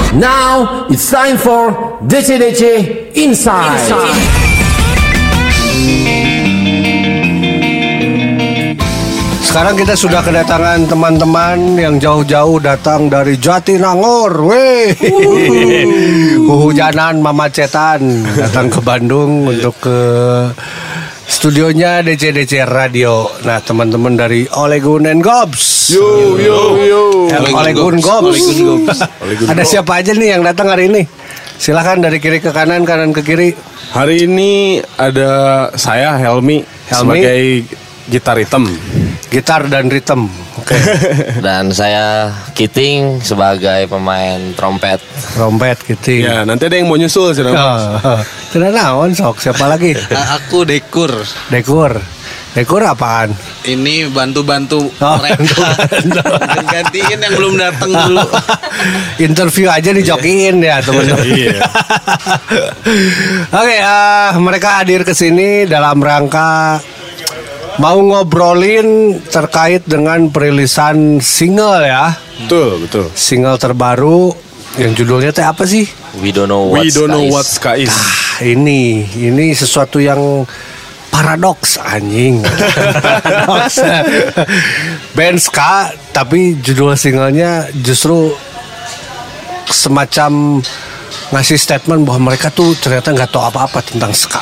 Now it's time for DC Inside. Sekarang kita sudah kedatangan teman-teman yang jauh-jauh datang dari Jatinangor. Weh. Kehujanan mamacetan datang ke Bandung untuk ke studionya DC Radio. Nah, teman-teman dari Olegun and Gobs. Yo. Olegun Gobs. Ada siapa aja nih yang datang hari ini? Silahkan dari kiri ke kanan, kanan ke kiri. Hari ini ada saya Helmi sebagai gitar hitam. Gitar dan ritm. Oke. Dan saya Kiting sebagai pemain trompet. Trompet Kiting. Ya, nanti ada yang mau nyusul sih. Tidak naon sok. Siapa lagi? Aku Dekur. Dekur apaan? Ini bantu-bantu mereka. Gantiin yang belum datang dulu. Interview aja dijokiin ya teman-teman. Iya. Oke, mereka hadir ke sini dalam rangka mau ngobrolin terkait dengan perilisan single ya. Betul. Single terbaru yang judulnya teh apa sih? We don't know what sky is. Ini sesuatu yang paradoks anjing. Paradoks. Band ska tapi judul singlenya justru semacam ngasih statement bahwa mereka tuh ternyata nggak tahu apa-apa tentang ska.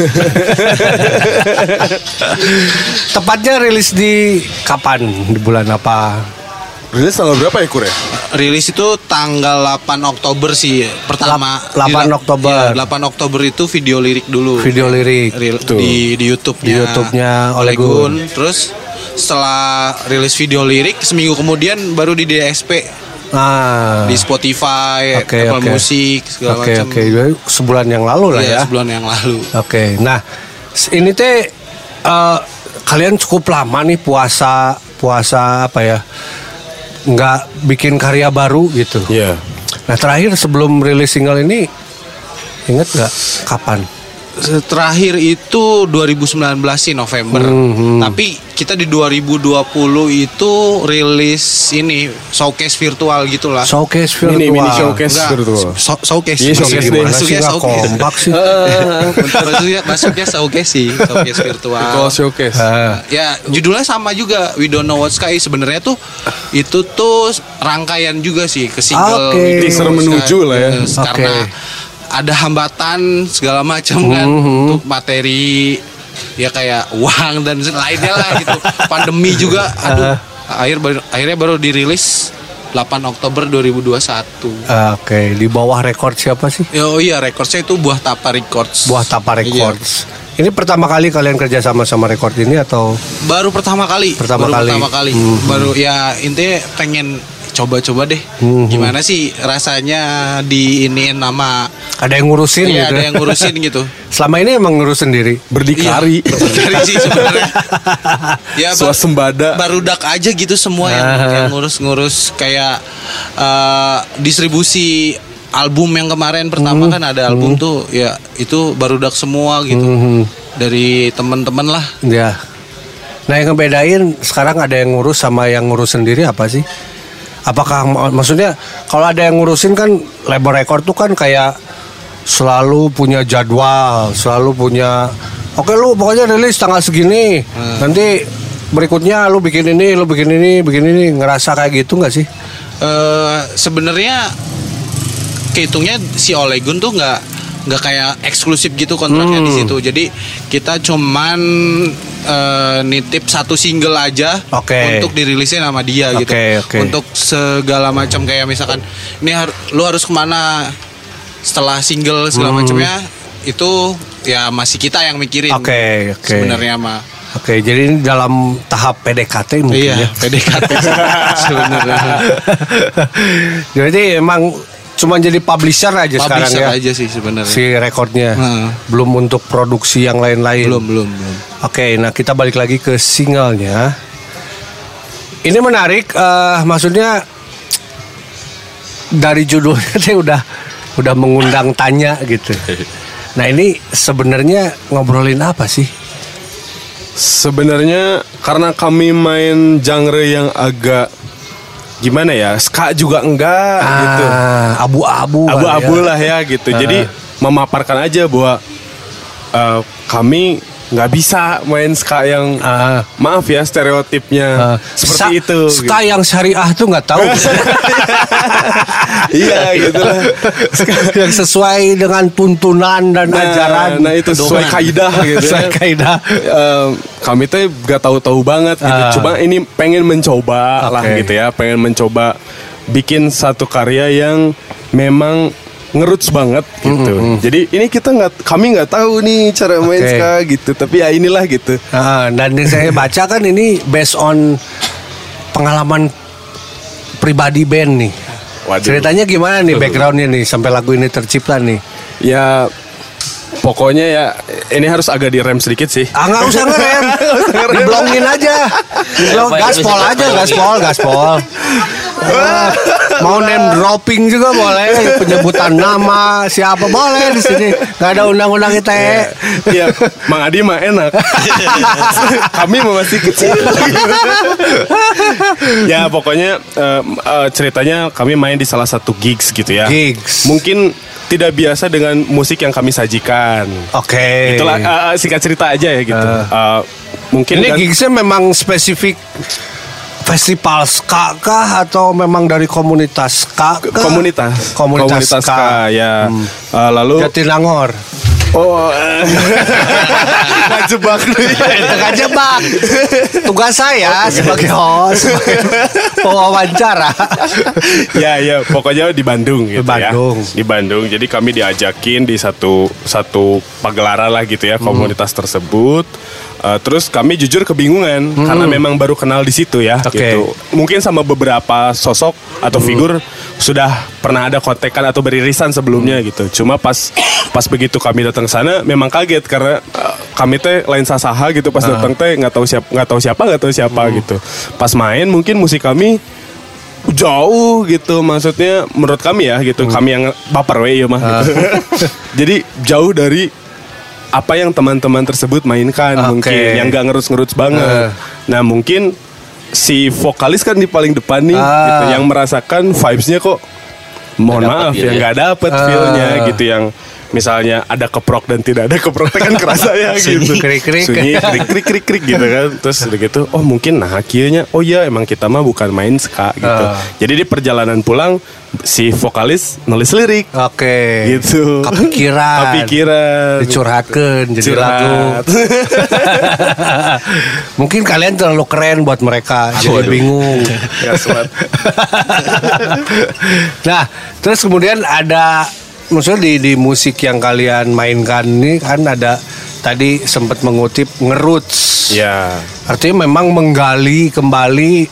Tepatnya rilis di kapan? Di bulan apa? Rilis tanggal berapa ya Kur ya? Rilis itu tanggal 8 Oktober sih pertama. 8 Oktober. Ya, 8 Oktober itu video lirik dulu. Video lirik di YouTube-nya. Di YouTube-nya Olegun. Terus setelah rilis video lirik seminggu kemudian baru di DSP. Di Spotify, Apple Music segala macam. Oke. Sebulan yang lalu lah ya. Sebulan yang lalu. Oke. Nah, ini teh kalian cukup lama nih puasa apa ya? Nggak bikin karya baru gitu. Iya. Nah, terakhir sebelum rilis single ini inget nggak kapan? Terakhir itu 2019 sih November. Tapi kita di 2020 itu rilis ini showcase virtual gitulah. Showcase virtual. Mini showcase virtual. Showcase. Iya, showcase deh. Masuknya showcase. Kompak sih. Masuknya showcase sih, showcase virtual. Virtual showcase. Ya, judulnya sama juga, We Don't Know What Sky. Sebenarnya tuh itu tuh rangkaian juga sih ke single. Teaser menuju lah ya. Karena ada hambatan segala macam kan untuk materi ya kayak uang dan lainnya lah gitu. Pandemi juga akhirnya baru dirilis 8 Oktober 2021. Oke, di bawah rekor siapa sih? Oh iya, rekordsnya itu Buah Tapa Records. Buah Tapa Records. Ini pertama kali kalian kerja sama record ini atau? Baru pertama kali. Pertama kali. Baru ya intinya pengen coba-coba deh. Gimana sih rasanya diiniin nama ada yang ngurusin gitu. Ada yang ngurusin gitu. Selama ini emang ngurus sendiri. Berdikari. Berdikari sih sebenarnya. Ya swasembada. Barudak aja gitu semua yang ngurus-ngurus kayak distribusi album yang kemarin pertama kan ada album tuh ya itu barudak semua gitu. Dari teman-teman lah. Ya. Nah, yang ngebedain sekarang ada yang ngurus sama yang ngurus sendiri apa sih? Apakah maksudnya kalau ada yang ngurusin kan label record tuh kan kayak selalu punya jadwal, selalu punya oke lu pokoknya rilis tanggal segini. Nanti berikutnya lu bikin ini, ngerasa kayak gitu nggak sih? Sebenarnya kehitungnya si Olegun tuh nggak kayak eksklusif gitu kontraknya di situ. Jadi kita cuman nitip satu single aja untuk dirilisnya sama dia gitu. Untuk segala macam kayak misalkan ini lu harus kemana setelah single segala macamnya itu ya masih kita yang mikirin. Sebenarnya mah. Jadi ini dalam tahap PDKT mungkin ya. PDKT sebenarnya. Jadi emang cuma jadi publisher aja sekarang ya. Publisher aja sih sebenarnya. Si rekornya. Belum untuk produksi yang lain-lain. Belum. Oke, nah kita balik lagi ke singlenya. Ini menarik, maksudnya dari judulnya tuh udah mengundang tanya gitu. Nah ini sebenarnya ngobrolin apa sih? Sebenarnya karena kami main genre yang agak gimana ya, ska juga enggak gitu. Abu-abu Lah ya gitu. Jadi memaparkan aja bahwa kami nggak bisa main ska yang maaf ya stereotipnya seperti itu. Ska yang syariah tuh nggak tahu. Iya gitu lah. Yang sesuai dengan tuntunan dan ajaran. Nah itu sesuai kaidah gitu. Sesuai kaidah. Kami tuh gak tahu-tahu banget gitu. Cuma ini pengen mencoba lah gitu ya. Pengen mencoba bikin satu karya yang memang ngeruts banget gitu. Jadi ini kami nggak tahu nih cara main ska gitu. Tapi ya inilah gitu. Dan yang saya baca kan ini based on pengalaman pribadi band nih. Waduh. Ceritanya gimana nih backgroundnya nih sampai lagu ini tercipta nih? Ya pokoknya ya ini harus agak direm sedikit sih. Nggak usah ngerem. Diblongin aja. Gaspol aja, gaspol. Mau name dropping juga boleh, penyebutan nama siapa boleh di sini. Nggak ada undang-undang ITE. Iya, Mang Adi mah enak. Kami masih kecil. Ya pokoknya ceritanya kami main di salah satu gigs gitu ya. Gigs. Mungkin tidak biasa dengan musik yang kami sajikan. Oke. Itulah singkat cerita aja ya gitu. Mungkin ini gigsnya memang spesifik festival ska kah atau memang dari komunitas ska kah? Komunitas ska ya. Lalu Jatinangor. Oh, ngajebak nih. Ngajebak. Tugas saya sebagai host, sebagai pewawancara. Ya, pokoknya di Bandung gitu ya. Di Bandung. Jadi kami diajakin di satu pagelaran lah gitu ya, komunitas tersebut. Terus kami jujur kebingungan karena memang baru kenal di situ ya gitu. Mungkin sama beberapa sosok atau figur sudah pernah ada kontekan atau beririsan sebelumnya gitu. Cuma pas begitu kami datang ke sana memang kaget karena kami teh lain sasaha gitu pas datang teh nggak tahu siapa gitu. Pas main mungkin musik kami jauh gitu, maksudnya menurut kami ya gitu. Kami yang baper ya mah gitu. Jadi jauh dari apa yang teman-teman tersebut mainkan mungkin yang gak ngeruts banget. Nah mungkin si vokalis kan di paling depan nih gitu, yang merasakan vibes-nya kok mohon maaf yang gak dapet feel-nya gitu, yang misalnya ada keprok dan tidak ada keprok kan kerasa ya gitu. Sunyi krik gitu kan. Terus udah gitu, oh mungkin nah akhirnya oh ya emang kita mah bukan main ska gitu. Jadi di perjalanan pulang si vokalis nulis lirik. Gitu. Kepikiran. Dicurhatkan jadi lagu. Mungkin kalian terlalu keren buat mereka, jadi bingung. Nah, terus kemudian ada, maksudnya di musik yang kalian mainkan ini kan ada tadi sempat mengutip ngeruts. Ya. Artinya memang menggali kembali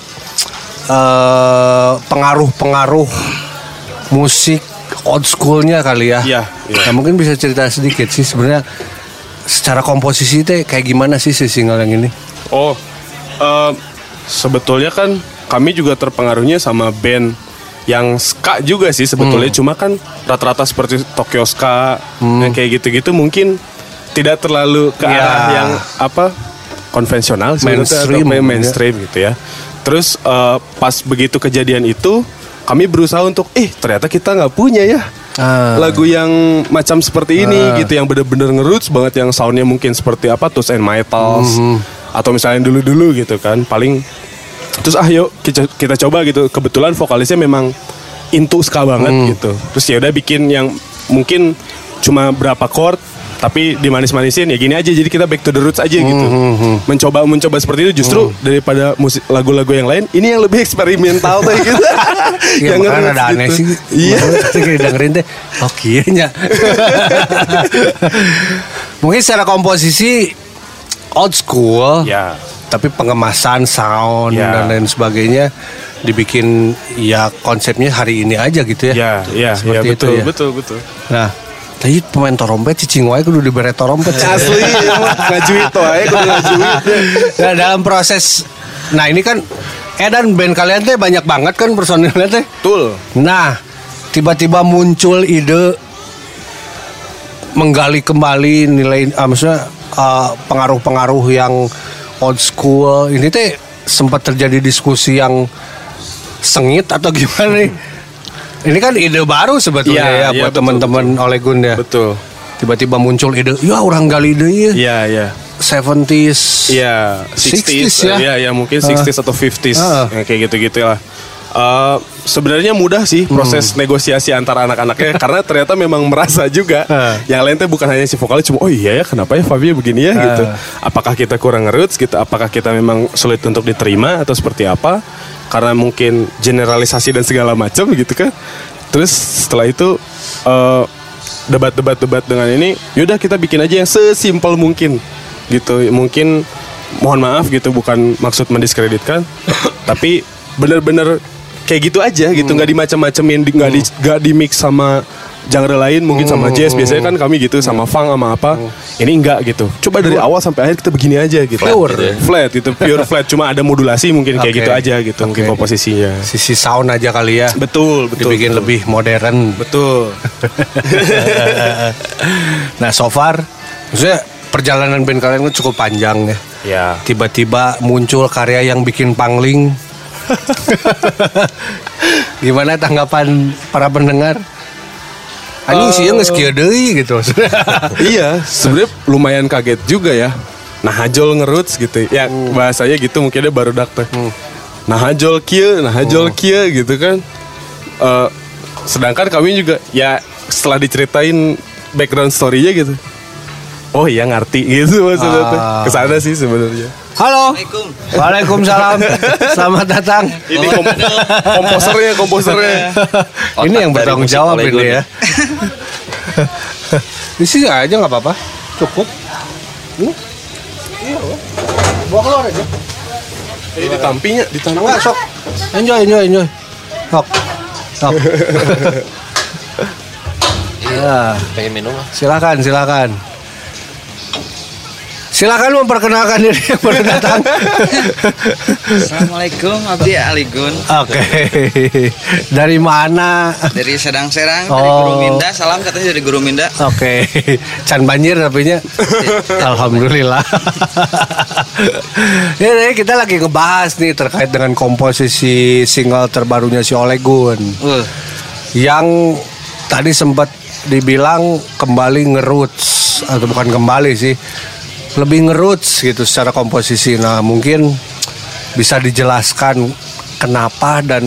pengaruh-pengaruh musik old schoolnya kali ya. Iya. Nah, mungkin bisa cerita sedikit sih sebenarnya secara komposisi teh kayak gimana sih si single yang ini? Oh, sebetulnya kan kami juga terpengaruhnya sama band yang ska juga sih sebetulnya, cuma kan rata-rata seperti Tokyo Ska yang kayak gitu-gitu mungkin tidak terlalu ke arah yang apa konvensional mainstream gitu ya. Terus pas begitu kejadian itu kami berusaha untuk ternyata kita nggak punya ya lagu yang macam seperti ini gitu, yang bener-bener ngeroots banget, yang soundnya mungkin seperti apa Toots and Maytals atau misalnya dulu-dulu gitu kan paling. Terus yuk kita coba gitu. Kebetulan vokalisnya memang into ska banget gitu. Terus ya udah bikin yang mungkin cuma berapa chord tapi dimanis-manisin ya gini aja. Jadi kita back to the roots aja gitu. Mencoba seperti itu justru daripada musik lagu-lagu yang lain ini yang lebih eksperimental kayak gitu. Yang kan ada aneh sih. Iya. Dengerin teh. Oh kiyanya. Mungkin secara komposisi old school. Ya. Tapi pengemasan sound dan lain sebagainya dibikin ya konsepnya hari ini aja gitu ya. Iya betul. Nah, tadi pemain trompet cicing wae kudu dibere trompet. Asli ngajuit tuh aja kudu ngajuit. Nah, dalam proses ini kan dan band kalian teh banyak banget kan personilnya teh. Betul. Nah, tiba-tiba muncul ide menggali kembali nilai maksudnya pengaruh-pengaruh yang old school ini teh sempat terjadi diskusi yang sengit atau gimana nih? Ini kan ide baru sebetulnya buat teman-teman Olegun ya. Betul. Tiba-tiba muncul ide, ya orang gali ide ya. Iya. 70s. Iya, 60s ya. Iya, mungkin 60s atau 50s. Kayak gitu-gitu lah. Sebenarnya mudah sih proses negosiasi antara anak-anaknya karena ternyata memang merasa juga yang lain tuh bukan hanya si vokalis cuma oh iya ya kenapa ya Fabio begini ya gitu. Apakah kita kurang roots gitu? Apakah kita memang sulit untuk diterima atau seperti apa? Karena mungkin generalisasi dan segala macam gitu kan. Terus setelah itu debat dengan ini, yaudah kita bikin aja yang sesimpel mungkin gitu. Mungkin mohon maaf gitu bukan maksud mendiskreditkan tapi bener-bener kayak gitu aja gitu, nggak dimacam-macamin, nggak di mix sama genre lain mungkin sama jazz biasanya kan kami gitu sama funk sama apa. Ini enggak gitu, coba dari awal sampai akhir kita begini aja gitu, flat gitu, pure flat, cuma ada modulasi mungkin kayak gitu aja gitu mungkin komposisinya, sisi sound aja kali ya. Betul dibikin lebih modern. Betul. Nah so far maksudnya perjalanan band kalian kan cukup panjang ya. Tiba-tiba muncul karya yang bikin pangling. Gimana tanggapan para pendengar? Anjing sih nge-skill deui gitu. Iya, sebenarnya lumayan kaget juga ya. Nah, hajol ngeruts gitu. Ya, bahasanya gitu mungkin dia baru dak teh. Nah, hajol kieu gitu kan. Sedangkan kami juga ya setelah diceritain background story-nya gitu. Oh iya ngerti gitu maksudnya. Kesana sih sebenarnya. Halo. Waalaikumsalam. Selamat datang. Ini komposernya. Ini yang bertanggung jawab ini ya. Di sini aja nggak apa-apa. Cukup. Iya. Bawa keluar aja. Ini ditampinya, ditanam. Enggak, sok. Enjoy. Sok. Ya. Pengen minum lah. Silakan. Silakan memperkenalkan diri yang baru datang. Assalamualaikum, Abdi Aligun. Oke. Dari mana? Dari Sedang Serang, dari Guru Minda. Salam katanya dari Guru Minda. Oke. Can banjir tapinya. Alhamdulillah. Ya, kita lagi ngebahas nih terkait dengan komposisi single terbarunya si Olegun. Yang tadi sempat dibilang kembali nge-roots atau bukan kembali sih. Lebih nge-roots gitu secara komposisi. Nah mungkin bisa dijelaskan kenapa dan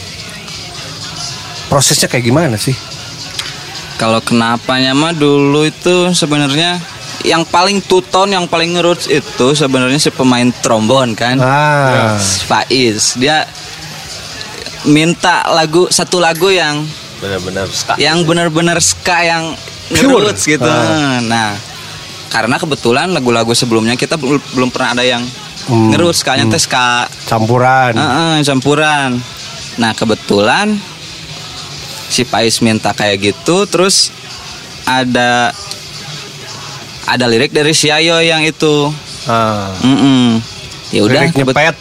prosesnya kayak gimana sih? Kalau kenapanya mah dulu itu sebenarnya yang paling two-tone, yang paling nge-roots itu sebenarnya si pemain trombon kan. Faiz. Dia minta satu lagu yang benar-benar ska. Yang benar-benar ska yang nge-roots gitu. Nah, karena kebetulan lagu-lagu sebelumnya kita belum pernah ada yang ngerus ska-nya teh ska campuran. Campuran. Nah, kebetulan si Faiz minta kayak gitu, terus ada lirik dari si Ayo yang itu. Ya udah nyepet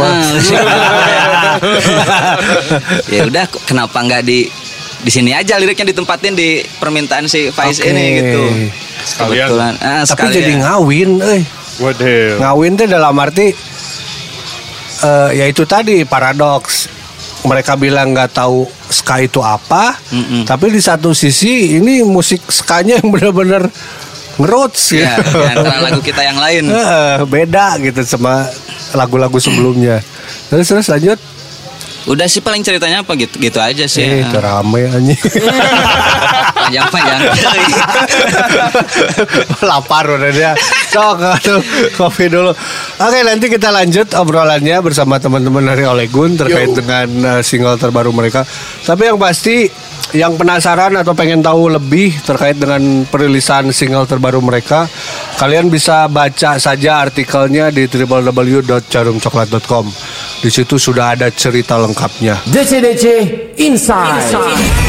ya udah kenapa nggak di sini aja liriknya ditempatin di permintaan si Faiz ini gitu. Sekalian. Tapi jadi ngawin, Waduh. Ngawin tuh dalam arti ya itu tadi paradoks. Mereka bilang nggak tahu ska itu apa, tapi di satu sisi ini musik skanya yang benar-benar ngeroots ya, antara lagu kita yang lain. Beda gitu sama lagu-lagu sebelumnya. Terus lanjut. Udah sih paling ceritanya apa gitu aja sih. Itu rame anjing. Panjang. Lapar udah dia. Sok tuh kopi dulu. Oke, nanti kita lanjut obrolannya bersama teman-teman dari Olegun terkait dengan single terbaru mereka. Tapi yang pasti yang penasaran atau pengen tahu lebih terkait dengan perilisan single terbaru mereka, kalian bisa baca saja artikelnya di www.jarumcoklat.com. Di situ sudah ada cerita lengkapnya. DC Inside.